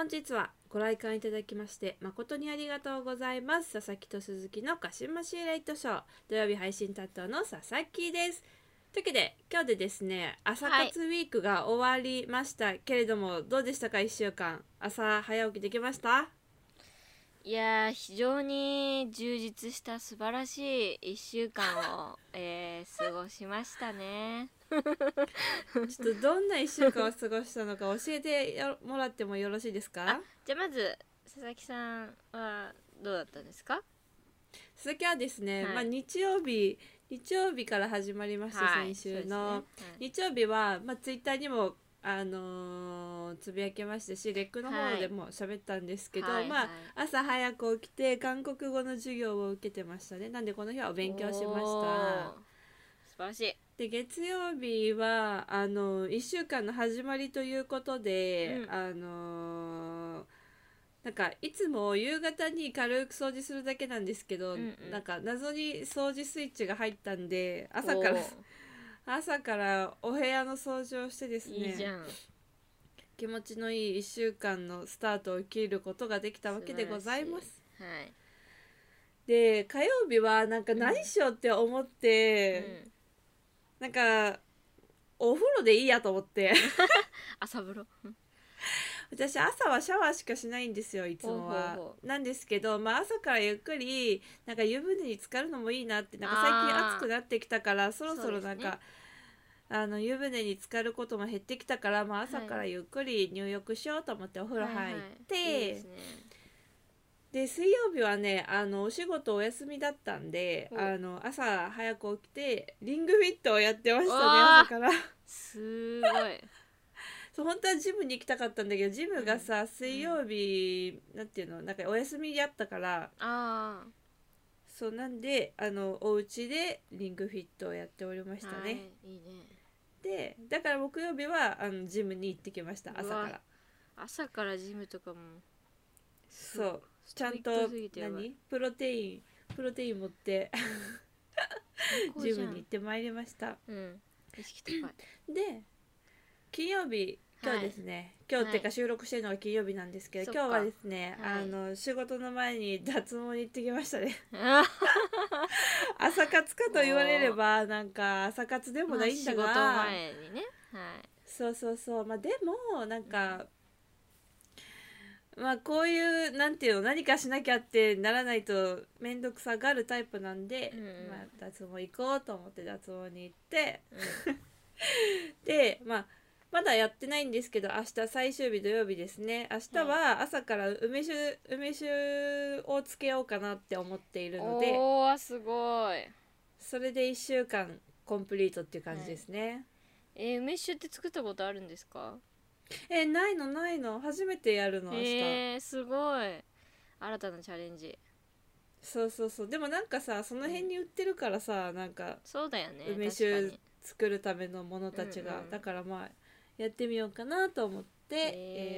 本日はご来館いただきまして誠にありがとうございます。佐々木と鈴木のカシマシレイトショー、土曜日配信担当の佐々木です。というわけで今日でですね、朝活ウィークが終わりましたけれども、どうでしたか？1週間朝早起きできました？ いやー、非常に充実した素晴らしい1週間を、過ごしましたね。 ちょっとどんな1週間を過ごしたのか教えてもらってもよろしいですか？ じゃあまず佐々木さんはどうだったんですか？ 続きはですね、 はい日曜日から始まりまして、 はい、 先週そうの、 ですね。 日曜日は、ツイッターにもつぶやきましたし、レックの方でも喋ったんですけど、 はいはい、 朝早く起きて韓国語の授業を受けてましたね。なんでこの日はお勉強しました。 素晴らしい。 で、月曜日は1週間の始まりということで、なんかいつも夕方に軽く掃除するだけなんですけど、なんか謎に掃除スイッチが入ったんで、朝からお部屋の掃除をしてですね、 いいじゃん。 気持ちのいい1週間のスタートを切ることができたわけでございます。 はい。 で、火曜日はなんか何しようって思って、なんかお風呂でいいやと思って朝風呂私朝はシャワーしかしないんですよ、いつもは。なんですけど、朝からゆっくりなんか湯船に浸かるのもいいなって、なんか最近暑くなってきたから、そろそろなんか、湯船に浸かることも減ってきたから、朝からゆっくり入浴しようと思ってお風呂入って、で水曜日はね、お仕事お休みだったんで、朝早く起きてリングフィットをやってましたね、朝から。 すごい。 そう本当はジムに行きたかったんだけど、ジムがさ、水曜日、なんていうの、なんかお休みやったから、そうなんでお家でリングフィットをやっておりましたね。 いいね。 でだから木曜日はジムに行ってきました、朝から。 朝からジムとかもそうちゃんとプロテイン持ってジムに行ってまいりました。 意識高い。 で金曜日、今日ですね、今日っていうか収録してるのが金曜日なんですけど、今日はですね、仕事の前に脱毛に行ってきましたね朝活かと言われればなんか朝活でもないんだが、 仕事前にね、 そうでもなんかこういうなんていうの、何かしなきゃってならないと面倒くさがるタイプなんで、脱毛行こうと思って脱毛に行って、でまだやってないんですけど、明日最終日土曜日ですね。明日は朝から梅酒をつけようかなって思っているので、 すごい。 それで1週間コンプリートっていう感じですね。 梅酒って作ったことあるんですか？ ないの初めてやるの、明日。 すごい新たなチャレンジ。 そうでもなんかさ、その辺に売ってるからさ、なんかそうだよね、 梅酒作るためのものたちが、だからやってみようかなと思って、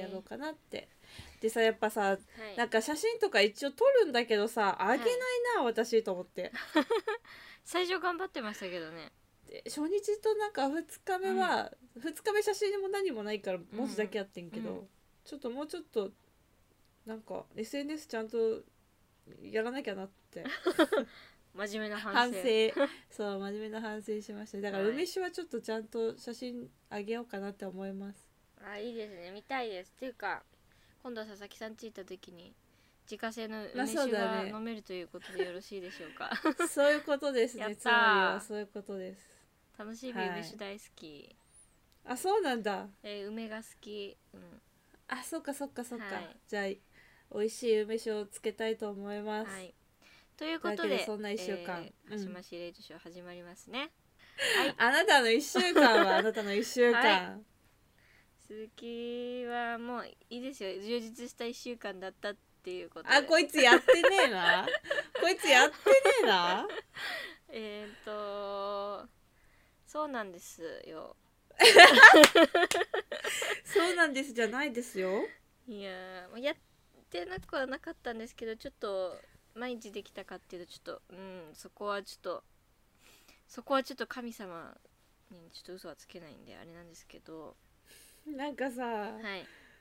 やろうかなって。でさ、やっぱさ、なんか写真とか一応撮るんだけどさ、あげないな、私と思って最初頑張ってましたけどね。 で初日となんか2日目は、2日目写真も何もないから文字だけやってんけど、ちょっともうちょっとなんか SNS ちゃんとやらなきゃなって真面目な反省そう真面目な反省しました。だから梅酒はちょっとちゃんと写真あげようかなって思います。 いいですね、見たいです。っていうか今度は佐々木さん家行った時に自家製の梅酒が飲めるということでよろしいでしょうか？ そういうことですね。つまりはそういうことです。 楽しみ、梅酒大好き。 そうなんだ。 梅が好き。 そっか、じゃあ美味しい梅酒をつけたいと思います。 ということでそんな1週間、 カシマシレイトショー始まりますね。 あなたの1週間はあなたの1週間鈴木はもういいですよ、充実した1週間だったっていうことで。 こいつやってねえなこいつやってねえなそうなんですよそうなんですじゃないですよ。 いややってなくはなかったんですけど、ちょっと毎日できたかっていうとちょっとそこはちょっと神様にちょっと嘘はつけないんであれなんですけど、 なんかさ、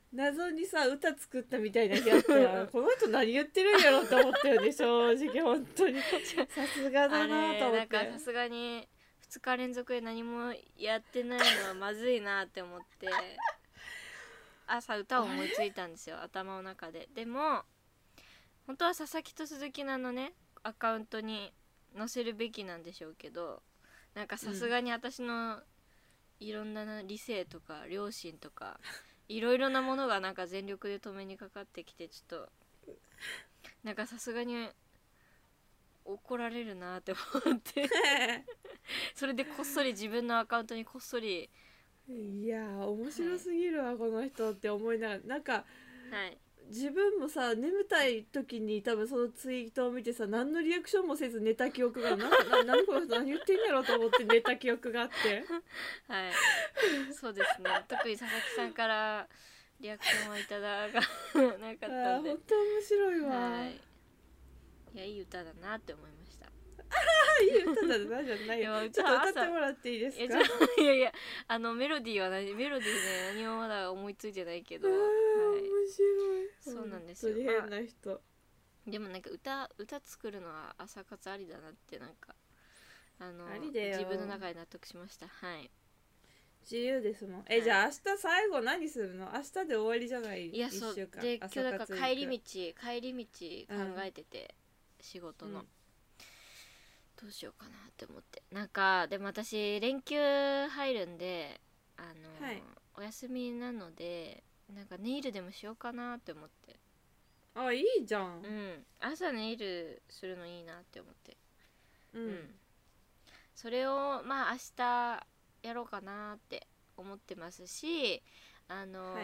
謎にさ歌作ったみたいな日あったやんこの人何言ってるんやろって思ったよね正直本当にさすがだなと思って。 なんかさすがに2日連続で何もやってないのはまずいなって思って朝歌を思いついたんですよ頭の中で。でも本当は佐々木と鈴木のねアカウントに載せるべきなんでしょうけど、なんかさすがに私のいろんな理性とか良心とかいろいろなものがなんか全力で止めにかかってきて、ちょっとなんかさすがに怒られるなって思ってそれでこっそり自分のアカウントにこっそりいや面白すぎるわ、この人って思いながらなんかはい自分もさ眠たい時に多分そのツイートを見てさ何のリアクションもせず寝た記憶が何この人何言ってんやろと思って寝た記憶があってはいそうですね、特に佐々木さんからリアクションはいただかなかったんで本当面白いわ、 はい、いやいい歌だなって思いました。 いい歌だなじゃないよ。ちょっと歌ってもらっていいですか。 いやいやメロディーはメロディーね何もまだ思いついてないけど、はい、 面白い。 そうなんですよ。 変な人。 でもなんか歌作るのは朝活ありだなってなんかありだよ自分の中で納得しました。はい。 自由ですもん。じゃあ明日最後何するの？明日で終わりじゃない？ いやそうで今日だから帰り道考えてて、仕事の。どうしようかなって思って、なんかでも私連休入るんではい、お休みなのでなんかネイルでもしようかなって思って。 あ、いいじゃん。 朝ネイルするのいいなって思って、それをまあ明日やろうかなって思ってますし、はい、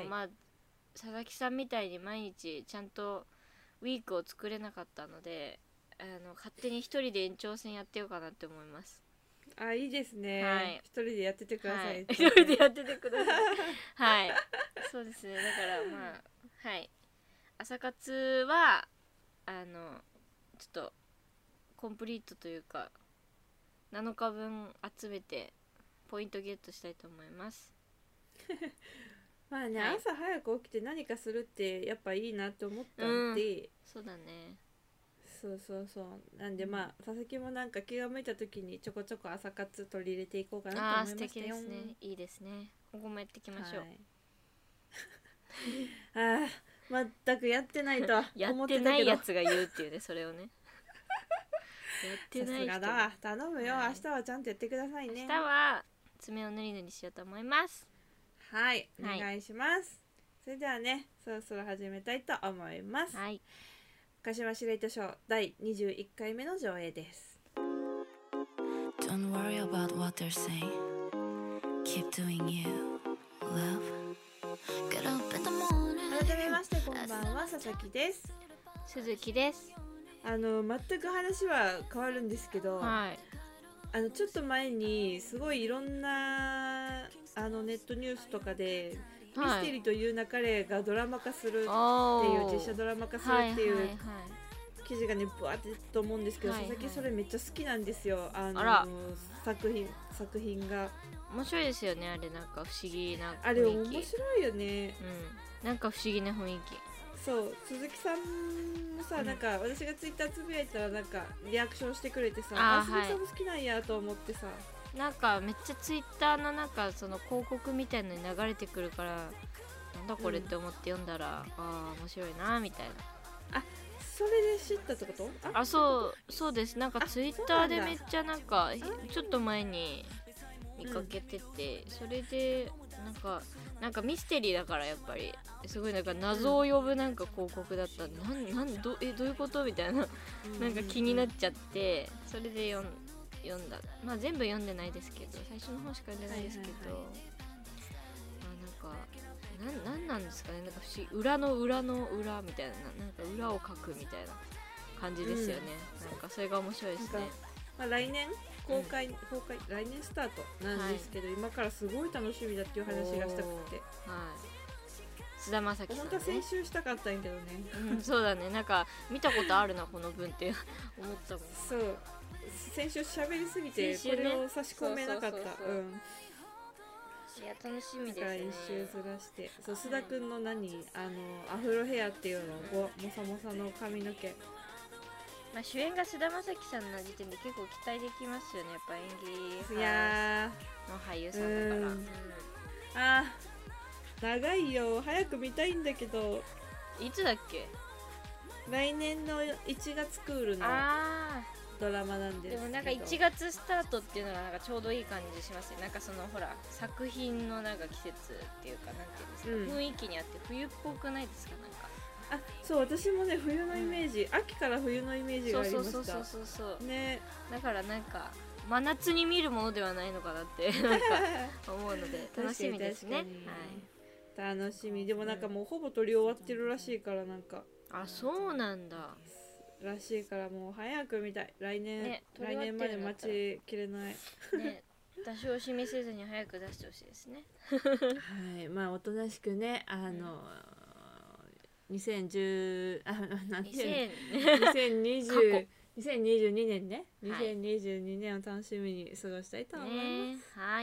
まあ佐々木さんみたいに毎日ちゃんとウィークを作れなかったので勝手に一人で延長戦やってようかなって思います。 あ、いいですね。 はい、 一人でやっててください。 一人でやっててください。はい、そうですね。だからまあはい、朝活はちょっとコンプリートというか7日分集めてポイントゲットしたいと思います。 まあね、はい、朝早く起きて何かするってやっぱいいなって思ったんで、 そうだね。 そうなんで、まあ佐々木もなんか気が向いた時にちょこちょこ朝活取り入れていこうかなと思いましたよ。 素敵ですね。いいですね。今後もやっていきましょう。 はい、全くやってないとやってないやつが言うっていうね、それをね。やってない人。 さすがだ。頼むよ、明日はちゃんとやってくださいね。 明日は爪をぬりぬりしようと思います。 はい、お願いします。それではね、そろそろ始めたいと思います。 はい。 鹿島司令塔ショー第21回目の上映です。 Don't worry about what they're saying. Keep doing you, love. Get up in the morning. 改めましてこんばんは、佐々木です。 鈴木です。 全く話は変わるんですけど、 はい、 ちょっと前にすごいいろんなネットニュースとかでミステリーという流れがドラマ化するっていう、実写ドラマ化するっていう記事がねぶわってと思うんですけど、佐々木それめっちゃ好きなんですよ。作品が面白いですよね。あれなんか不思議な雰囲気。 あれ面白いよね。 なんか不思議な雰囲気。 そう鈴木さんもさ、なんか私がツイッターつぶやいたらなんかリアクションしてくれてさ、鈴木さんも好きなんやと思ってさ、 なんかめっちゃツイッターのなんかその広告みたいのに流れてくるから、なんだこれって思って読んだら、面白いなみたいな。 あ、それで知ったってこと？ そうです。なんかツイッターでめっちゃなんかちょっと前に見かけてて、それでなんかミステリーだからやっぱりすごいなんか謎を呼ぶなんか広告だったんで、どういうことみたいななんか気になっちゃって、それで読んだ。まあ全部読んでないですけど、最初の方しか読んでないですけど、なんなんですかね、なんか不思議、裏の裏の裏みたいな、なんか裏を書くみたいな感じですよね。なんかそれが面白いですね。 まあ、来年公開、来年スタートなんですけど、今からすごい楽しみだっていう話がしたくて、 菅田将暉さんね。 本当は先週したかったんやけどね。 そうだね、なんか見たことあるなこの文って思ったもん。 そう、先週喋りすぎてこれを差し込めなかった。 いや楽しみですね。 だから一周ずらして、そう須田くんのアフロヘアっていうのをモサモサの髪の毛、 まあ主演が菅田将暉さんの時点で結構期待できますよね。やっぱ演技いやの俳優さんだから。 あ長いよ、早く見たいんだけど。 いつだっけ？ 来年の1月クールのドラマなんですけど。 でもなんか1月スタートっていうのがなんかちょうどいい感じしますね。なんかそのほら作品のなんか季節っていうかなんていうんですか、雰囲気にあって冬っぽくないですか？なんかそう、私もね冬のイメージ、秋から冬のイメージがありました。 そうね。 だからなんか真夏に見るものではないのかなってなんか思うので楽しみですね。 はい、楽しみ。でもなんかもうほぼ撮り終わってるらしいから、なんかそうなんだらしいから、もう早く見たい。来年まで待ちきれないね。出し惜しみせずに早く出してほしいですね。 はい、まあおとなしくね、2022年ね、2022年を楽しみに過ごしたいと思います。 はい。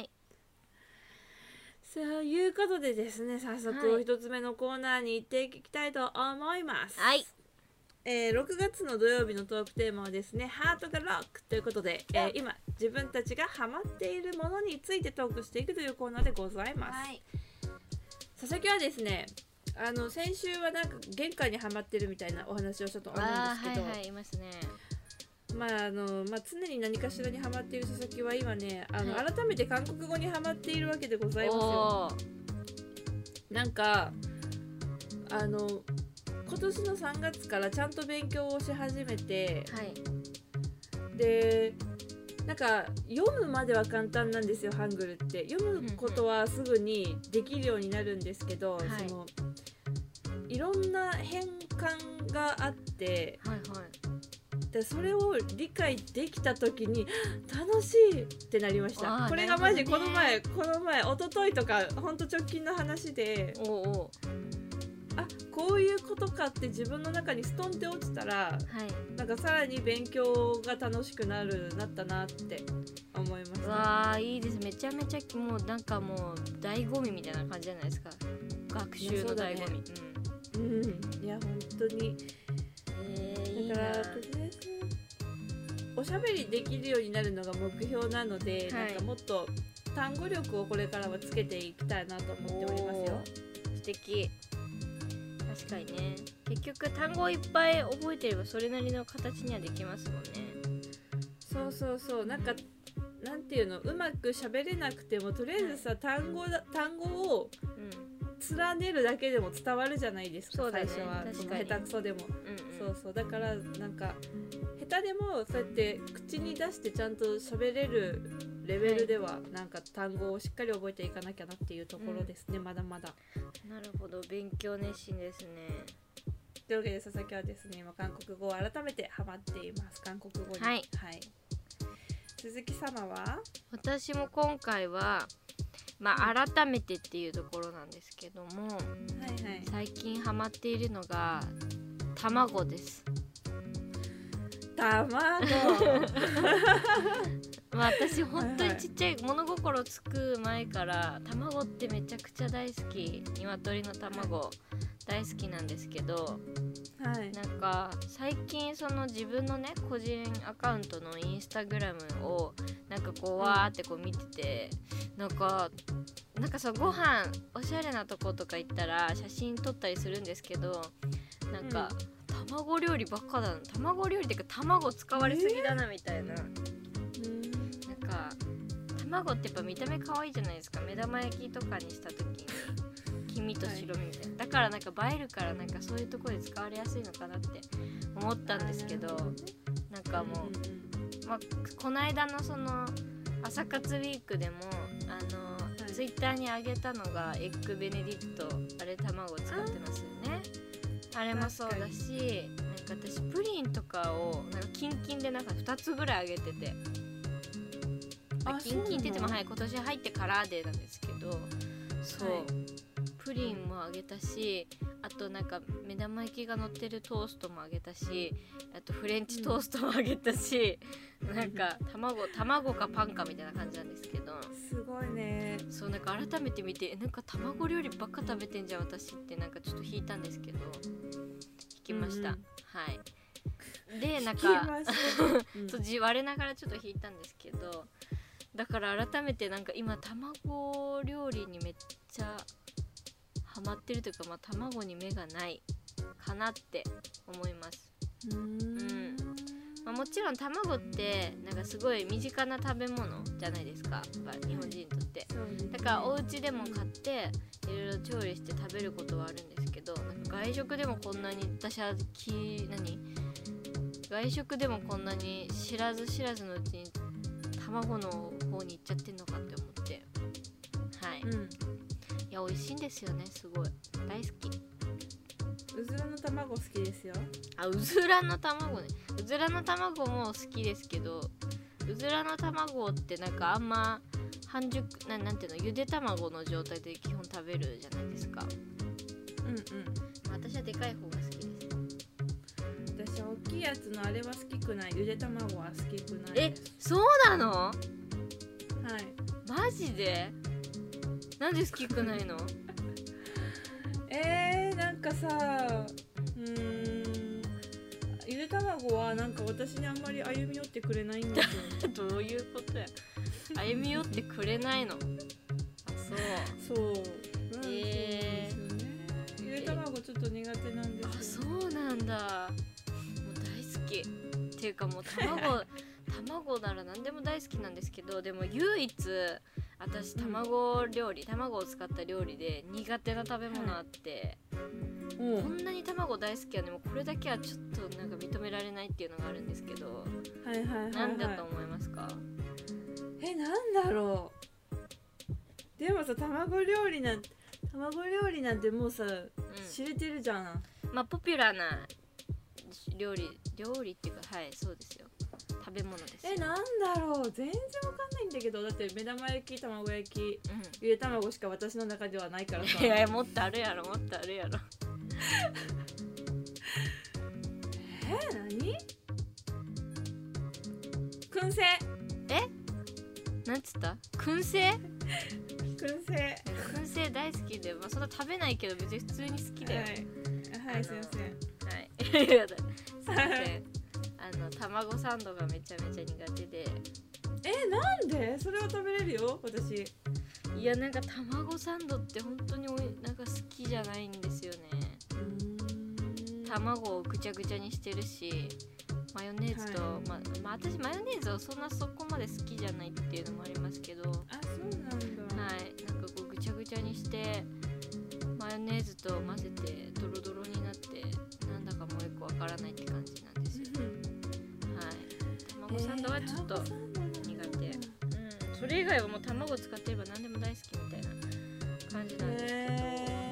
そういうことでですね、早速一つ目のコーナーに行っていきたいと思います。 はい。 6月の土曜日のトークテーマはですね、ハートがロックということで、今自分たちがハマっているものについてトークしていくというコーナーでございます。はい、佐々木はですね、先週はなんか玄関にはまってるみたいなお話をちょっと思うんですけど、 いますね。 常に何かしらにハマっている佐々木は今ね、改めて韓国語にハマっているわけでございますよ。なんか今年の3月からちゃんと勉強をし始めて、でなんか読むまでは簡単なんですよ。ハングルって読むことはすぐにできるようになるんですけど、いろんな変換があって、でそれを理解できた時に楽しいってなりました。これがマジこの前一昨日とかほんと直近の話で、こういうことかって自分の中にストンって落ちたら、なんかさらに勉強が楽しくなったなって思います、ね。 わーいいです。めちゃめちゃもうなんかもう醍醐味みたいな感じじゃないですか。学習の醍醐味。 いや本当に。だからとりあえずおしゃべりできるようになるのが目標なので、なんかもっと単語力をこれからはつけていきたいなと思っておりますよ。 素敵。確かにね、結局単語をいっぱい覚えてればそれなりの形にはできますもんね。 そうなんかなんていうの、うまく喋れなくてもとりあえずさ、単語を連ねるだけでも伝わるじゃないですか。最初はその下手くそでも、だからなんか下手でもそうやって口に出してちゃんと喋れるレベルでは、なんか単語をしっかり覚えていかなきゃなっていうところですね。まだまだ。 なるほど、勉強熱心ですね。 というわけで佐々木はですね、今韓国語を改めてハマっています。韓国語に。鈴木様は？ 私も今回は改めてっていうところなんですけども、最近ハマっているのが卵です。私本当にちっちゃい物心つく前から卵ってめちゃくちゃ大好き。鶏の卵大好きなんですけど、なんか最近その自分のね個人アカウントのインスタグラムをなんかこうわーってこう見てて、なんかさ、ご飯おしゃれなとことか行ったら写真撮ったりするんですけど、なんか、卵料理ばっかだな、卵料理っていうか卵使われすぎだなみたいな、なんか卵ってやっぱ見た目可愛いじゃないですか。目玉焼きとかにした時に黄身と白身みたいな、だからなんか映えるから、なんかそういうところで使われやすいのかなって思ったんですけど、なんかもう、この間のその朝活ウィークでもツイッターに上げたのがエッグベネディクト、あれ卵使ってますよね。あれもそうだし、なんか私プリンとかをなんかキンキンでなんか2つぐらい上げてて、キンキンって言っても今年入ってからでなんですけど、そう、プリンもあげたし、あととなんか目玉焼きが乗ってるトーストもあげたし、あとフレンチトーストもあげたし、なんか卵かパンかみたいな感じなんですけど、 すごいね。 そうなんか改めて見て、なんか卵料理ばっか食べてんじゃん私ってなんかちょっと引いたんですけど、引きました、はい。でなんかそう我ながらちょっと引いたんですけど、だから改めてなんか今卵料理にめっちゃハマってるというか、まあ、卵に目がないかなって思います。まあ、もちろん卵ってなんかすごい身近な食べ物じゃないですか、やっぱ日本人にとって、だからお家でも買っていろいろ調理して食べることはあるんですけど、なんか外食でもこんなに外食でもこんなに知らず知らずのうちに卵の方に行っちゃってんのかって思って、はい、いや美味しいんですよね、すごい大好き。 うずらの卵好きですよ。 あ、うずらの卵ね。うずらの卵も好きですけど、うずらの卵ってなんかあんま半熟なんていうの、ゆで卵の状態で基本食べるじゃないですか。私はでかい方が好きです。 私は大きいやつのあれは好きくない。ゆで卵は好きくないです。 そうなの？はい。マジで？なんで好きくないの？ なんかさ、ゆで卵はなんか私にあんまり歩み寄ってくれないんですよ。 どういうことや？歩み寄ってくれないの？あ、 そう。そうですよね。ゆで卵ちょっと苦手なんですよ。あ、そうなんだ。もう大好き。っていうかもう卵なら何でも大好きなんですけど、でも唯一私卵を使った料理で苦手な食べ物あって、こんなに卵大好きやね、もうこれだけはちょっとなんか認められないっていうのがあるんですけど、なんだと思いますか？ なんだろう。でもさ、卵料理なんてもうさ、知れてるじゃん。 まあポピュラーな料理っていうか、はい、そうですよ、食べ物ですよ。 なんだろう、全然わかんないんだけど、だって目玉焼き、卵焼き、ゆで卵しか私の中ではないからさ。 いやもっとあるやろ何？燻製。 なんつった？燻製燻製大好きで、まあそんな食べないけど別に普通に好きだよ。 はい、すいません。 はい、すいません。卵サンドがめちゃめちゃ苦手で。 なんで？それは食べれるよ、私。 いやなんか卵サンドって本当になんか好きじゃないんですよね。卵をぐちゃぐちゃにしてるし、マヨネーズと、私マヨネーズをそこまで好きじゃないっていうのもありますけど、 そうなんだ。 はい、なんかこうぐちゃぐちゃにしてマヨネーズと混ぜてドロドロになって、なんだかもうよくわからないって感じなんですよ。はい、卵サンドはちょっと苦手。それ以外はもう卵使ってれば何でも大好きみたいな感じなんですけど、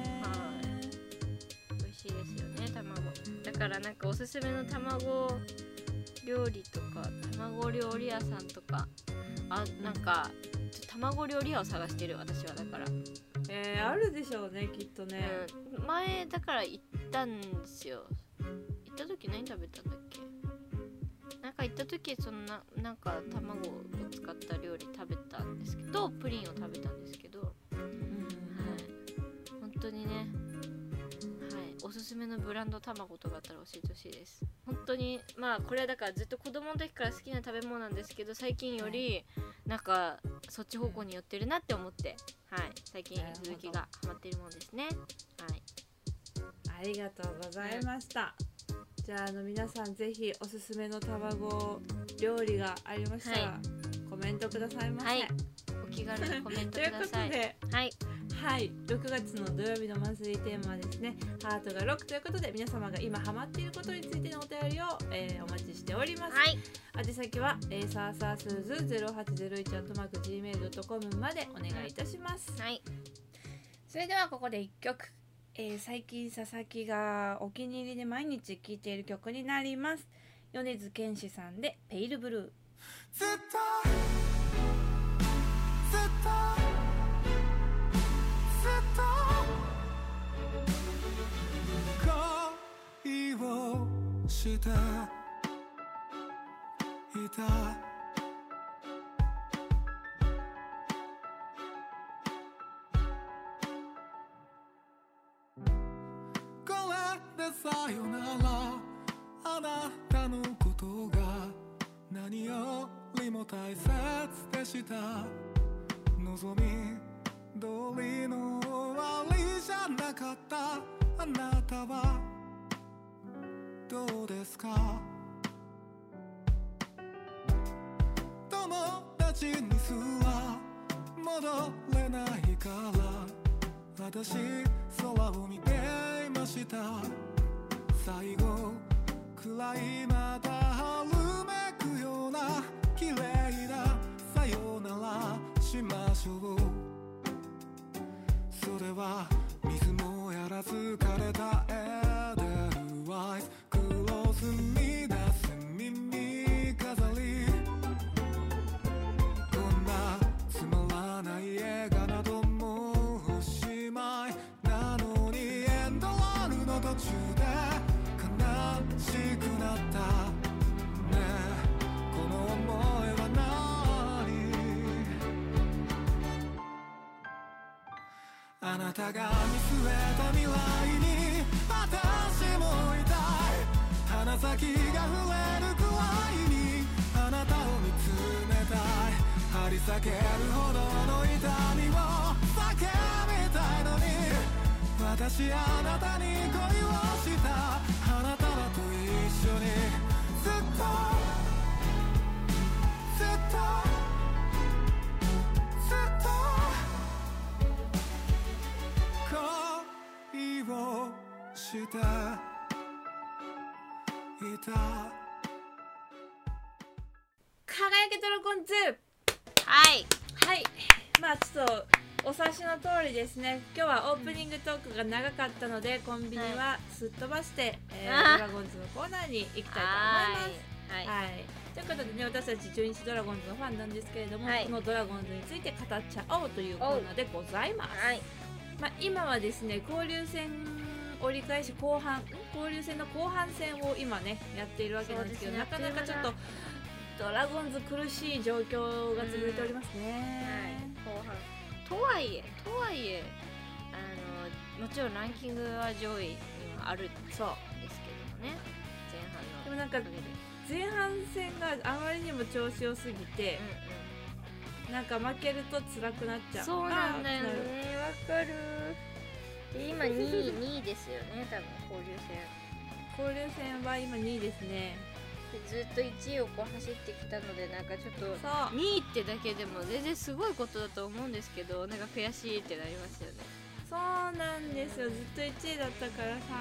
美味しいですよね、卵。だからなんかおすすめの卵料理とか卵料理屋さんとか、なんか卵料理屋を探してる私は。だからあるでしょうね、きっとね。 前だから行ったんですよ。行った時何食べたんだっけ？なんか行った時なんか卵を使った料理食べたんですけど、プリンを食べたんですけど、はい、本当にね、はい、おすすめのブランド卵とかあったら教えてほしいです。本当にまあこれはだからずっと子供の時から好きな食べ物なんですけど、最近よりなんかそっち方向に寄ってるなって思って、はい、最近鈴木がハマっているものですね。はい、 ありがとうございました。じゃあ皆さんぜひおすすめの卵料理がありましたら、コメントくださいませ。 お気軽にコメントください。 ということで、6月の土曜日のマンスリーテーマはですね、ハートが6ということで、皆様が今ハマっていることについてのお便りを、お待ちしております。宛先はさあさあすず 0801@gmail.com までお願いいたします。それではここで1曲、最近佐々木がお気に入りで毎日聴いている曲になります。米津玄師さんでペイルブルー。ずっとしていた。これでさよなら、あなたのことが何よりも大切でした。望み通りの終わりじゃなかった。あなたはどうですか。友達にすら戻れないから私空を見ていました。最後くらいまた春めくような綺麗なさよならしましょう。それは水もやらず枯れたエデルワイスクロスに出す耳飾り。こんなつまらない映画などもうおしまいなのにエンドロールの途中で悲しくなったねえ。この想いは何。あなたが見据えた未来に私もいたい。鼻先が触れるくらいにあなたを見つめたい。張り裂けるほどの痛みを叫びたいのに私あなたに恋をした。あなたらと一緒にずっとずっとずっと恋をしていた。 輝けドラゴンズ。 はいはい、まあちょっとお察しの通りですね。今日はオープニングトークが長かったので、コンビニはすっ飛ばして、ドラゴンズのコーナーに行きたいと思います。 はいはい、ということでね、私たち中日ドラゴンズのファンなんですけれども、 はいこのドラゴンズについて語っちゃおうというコーナーでございます。 はいまあ、今はですね、交流戦折り返し後半、交流戦の後半戦を今ねやっているわけなんですけど、 そうですねなかなかちょっとドラゴンズ苦しい状況が続いておりますね。 後半とはいえもちろんランキングは上位にはあるんですけどもね、前半のでもなんかおげで前半戦があまりにも調子良すぎて、なんか負けると辛くなっちゃう。 そうなんだよね、 あーわかる。で今2位ですよね、多分交流戦交流戦は今2位ですね。 でずっと1位をこう走ってきたので、なんかちょっとそう 2位ってだけでも全然すごいことだと思うんですけど、なんか悔しいってなりますよね。 そうなんですよ、ずっと1位だったからさ、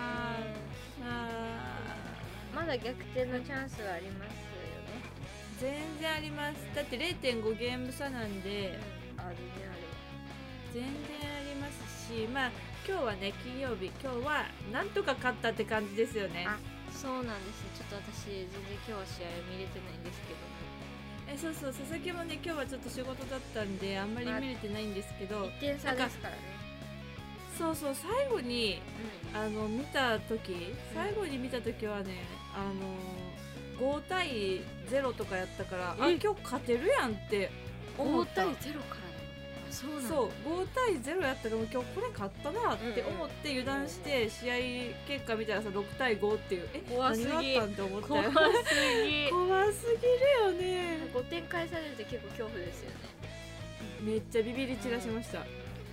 まだ逆転のチャンスはありますよね。 全然あります。だって 0.5 ゲーム差なんで、 あるね、ある全然ありますし、まあ今日はね、金曜日、今日はなんとか勝ったって感じですよね。 あ、そうなんですね。ちょっと私全然今日は試合見れてないんですけども、 そうそう、佐々木もね今日はちょっと仕事だったんであんまり見れてないんですけど、 1点差ですからね。 そうそう、最後に見た時、最後に見た時はね、5対0とかやったから、あ、今日勝てるやんって思 5 った。 対0からなの。あ、そうなんだ。 そう、5対0やったから、今日これ勝ったなって思って油断して試合結果見たらさ、6対5っていう、 怖すぎ何があったんって思ったよ。 怖すぎ怖すぎるよね。 5点返されると結構恐怖ですよね。 めっちゃビビり散らしました。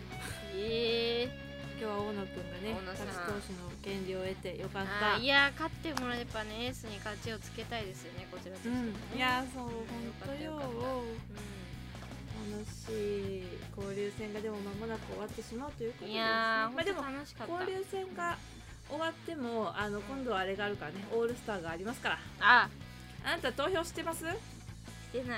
今日は大野くんがね、 大野さん勝ち投手の権利を得てよかった。 いや、勝ってもらえばね、エースに勝ちをつけたいですよね、こちらとしてもね。 いや、そう、本当よ。 よかった楽しい交流戦がでも間もなく終わってしまうということですね。 いやー、 まあでも楽しかった。 交流戦が終わっても今度はあれがあるからね、オールスターがありますから。 あなた投票してます？ してない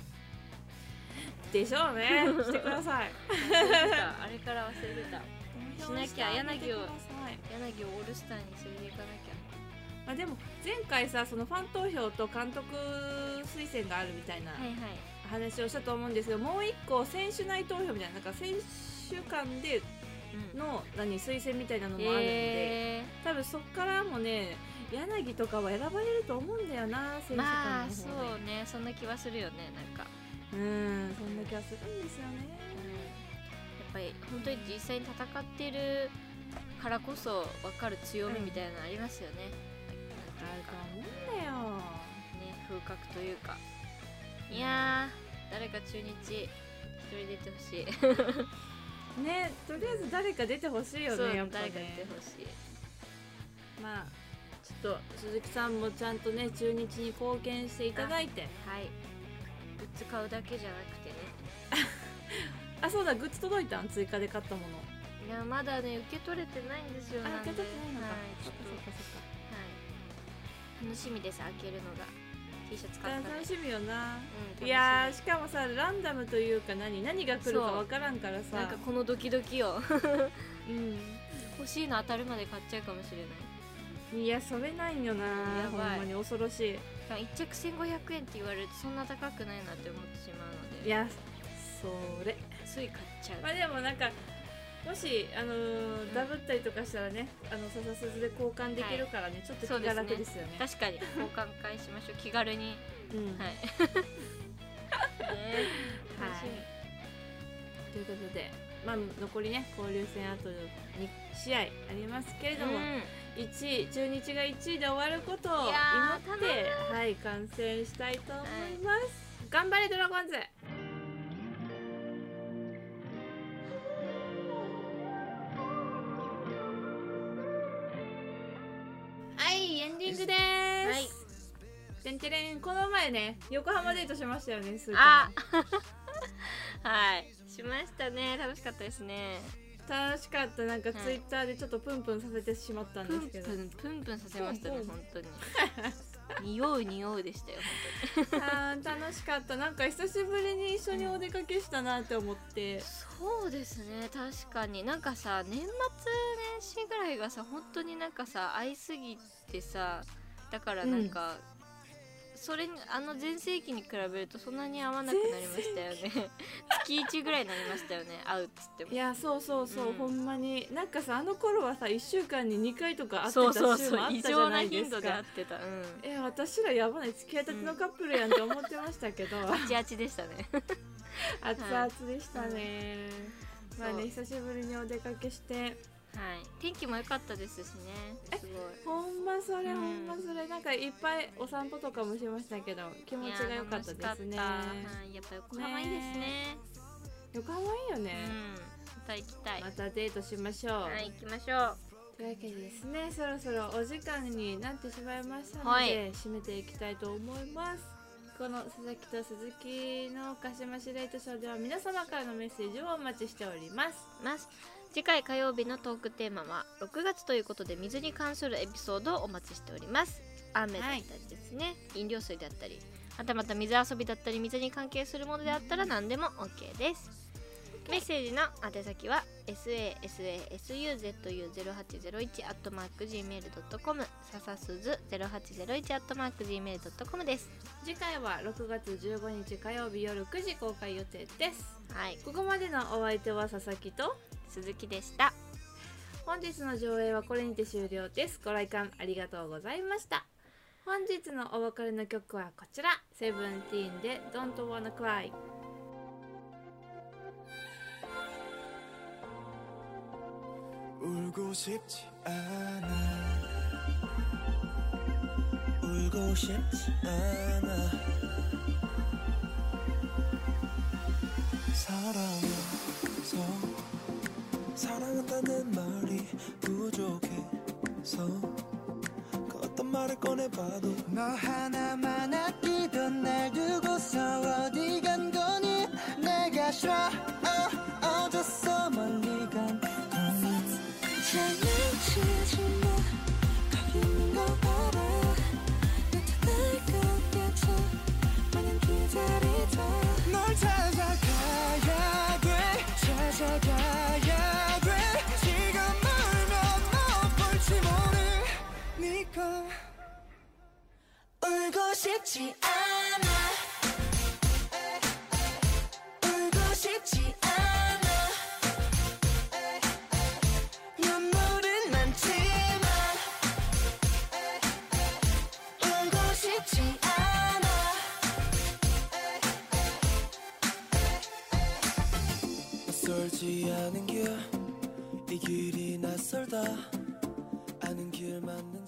でしょうね。してください。 あれから忘れてた。しなきゃ、柳をオールスターに連れていかなきゃ。 まあでも前回さ、そのファン投票と監督推薦があるみたいな話をしたと思うんですけど、もう一個選手内投票みたいな、なんか選手間での推薦みたいなのもあるので、多分そっからもね柳とかは選ばれると思うんだよな、選手間の方で。 まあそうね、そんな気はするよね。なんかそんな気はするんですよね。 やっぱり本当に実際に戦ってるからこそ分かる強みみたいなのありますよね。 あると思うんだよね、風格というか。いやー、誰か中日一人出てほしいね。とりあえず誰か出てほしいよそうね、やっぱ誰か出てね。 ほしい。 まあちょっと鈴木さんもちゃんとね中日に貢献していただいて。 はい、グッズ買うだけじゃなくてね。 あ、そうだ、グッズ届いたん、追加で買ったもの。 いやまだね受け取れてないんですよ。なんで受け取ってないのか。 はい、 そっかそっかそっか。 はい、楽しみです。開けるのが T シャツ買った楽しみよな。 うん、 いやー、しかもさ、ランダムというか何が来るかわからんからさ、 なんかこのドキドキをうん欲しいの当たるまで買っちゃうかもしれない。 いや、それないよな。 やばい、 ほんまに恐ろしい。 1着1500円って言われるとそんな高くないなって思ってしまうので、 いや、それつい買っちゃう。 まあでもなんかもしダブったりとかしたらね、笹鈴で交換できるからね、はい、ちょっと気が楽ですよね。 確かに交換会しましょう。気軽に、はい楽しみ、ということで、まあ残りね交流戦あと2試合ありますけれども、1位中日が1位で終わることを祈って、はい、観戦したいと思います、頑張れドラゴンズ。はい、エンディングです。はい。てんてれん、この前ね、横浜デートしましたよね、スーパー。はい、しましたね。楽しかったですね。 楽しかった。なんかツイッターでちょっとプンプンさせてしまったんですけど。 プンプンさせましたね、本当に。匂うでしたよ、本当に。 楽しかった。なんか久しぶりに一緒にお出かけしたなって思って。 そうですね、確かに。なんかさ、年末年始ぐらいがさ、本当になんかさ、会いすぎてさ、だからなんか、それ全盛期に比べるとそんなに会わなくなりましたよね。月1ぐらいになりましたよね、会うっつっても。 いや、そうそうそう、ほんまになんかさ、あの頃はさ1週間に2回とか会ってた週もあったじゃないですか。 異常な頻度で会ってた。 私らやばない、付き合いたてのカップルやんって思ってましたけど、 あちあちでしたね。 熱々でしたね。まあね、久しぶりにお出かけして、 はい、天気も良かったですしね。すごい。 ほんまそれ、ほんまそれ。なんかいっぱいお散歩とかもしましたけど、気持ちが良かったですね。 はい、やっぱ横浜いいですね。 横浜いいよね。 また行きたい。 またデートしましょう。 はい、行きましょう。 というわけでですね、そろそろお時間になってしまいましたので、締めていきたいと思います。この佐々木と鈴木の鹿島市レイトショーでは皆様からのメッセージをお待ちしております。 次回火曜日のトークテーマは6月ということで、水に関するエピソードをお待ちしております。雨だったりですね、飲料水だったり、はたまた水遊びだったり、水に関係するものであったら何でも OK です。メッセージの宛先は sasasuzu0801@gmail.com ささすず 0801@gmail.com です。 次回は6月15日火曜日夜9時公開予定です。 はい、 ここまでのお相手は佐々木と鈴木でした。 本日の上映はこれにて終了です。ご来館ありがとうございました。本日のお別れの曲はこちら、セブンティーンで Don't Wanna Cry。 울고 싶지 않아 사랑해서 사랑한다는 말이 부족해서 그 어떤 말을 꺼내봐도 너 하나만 아끼던 날 두고서 어디 간 거니 내가 싫어 어졌어 멀리 간 거니 장난치지 마 거기 있는 거 알아 널 찾아가야 돼 찾아가야 돼 지금 울면 못 볼지 모르니까 울고 싶지 않아 울고 싶지 않아 눈물은 많지만 걸지 않은 길 이 길이 낯설다 아는 길 맞는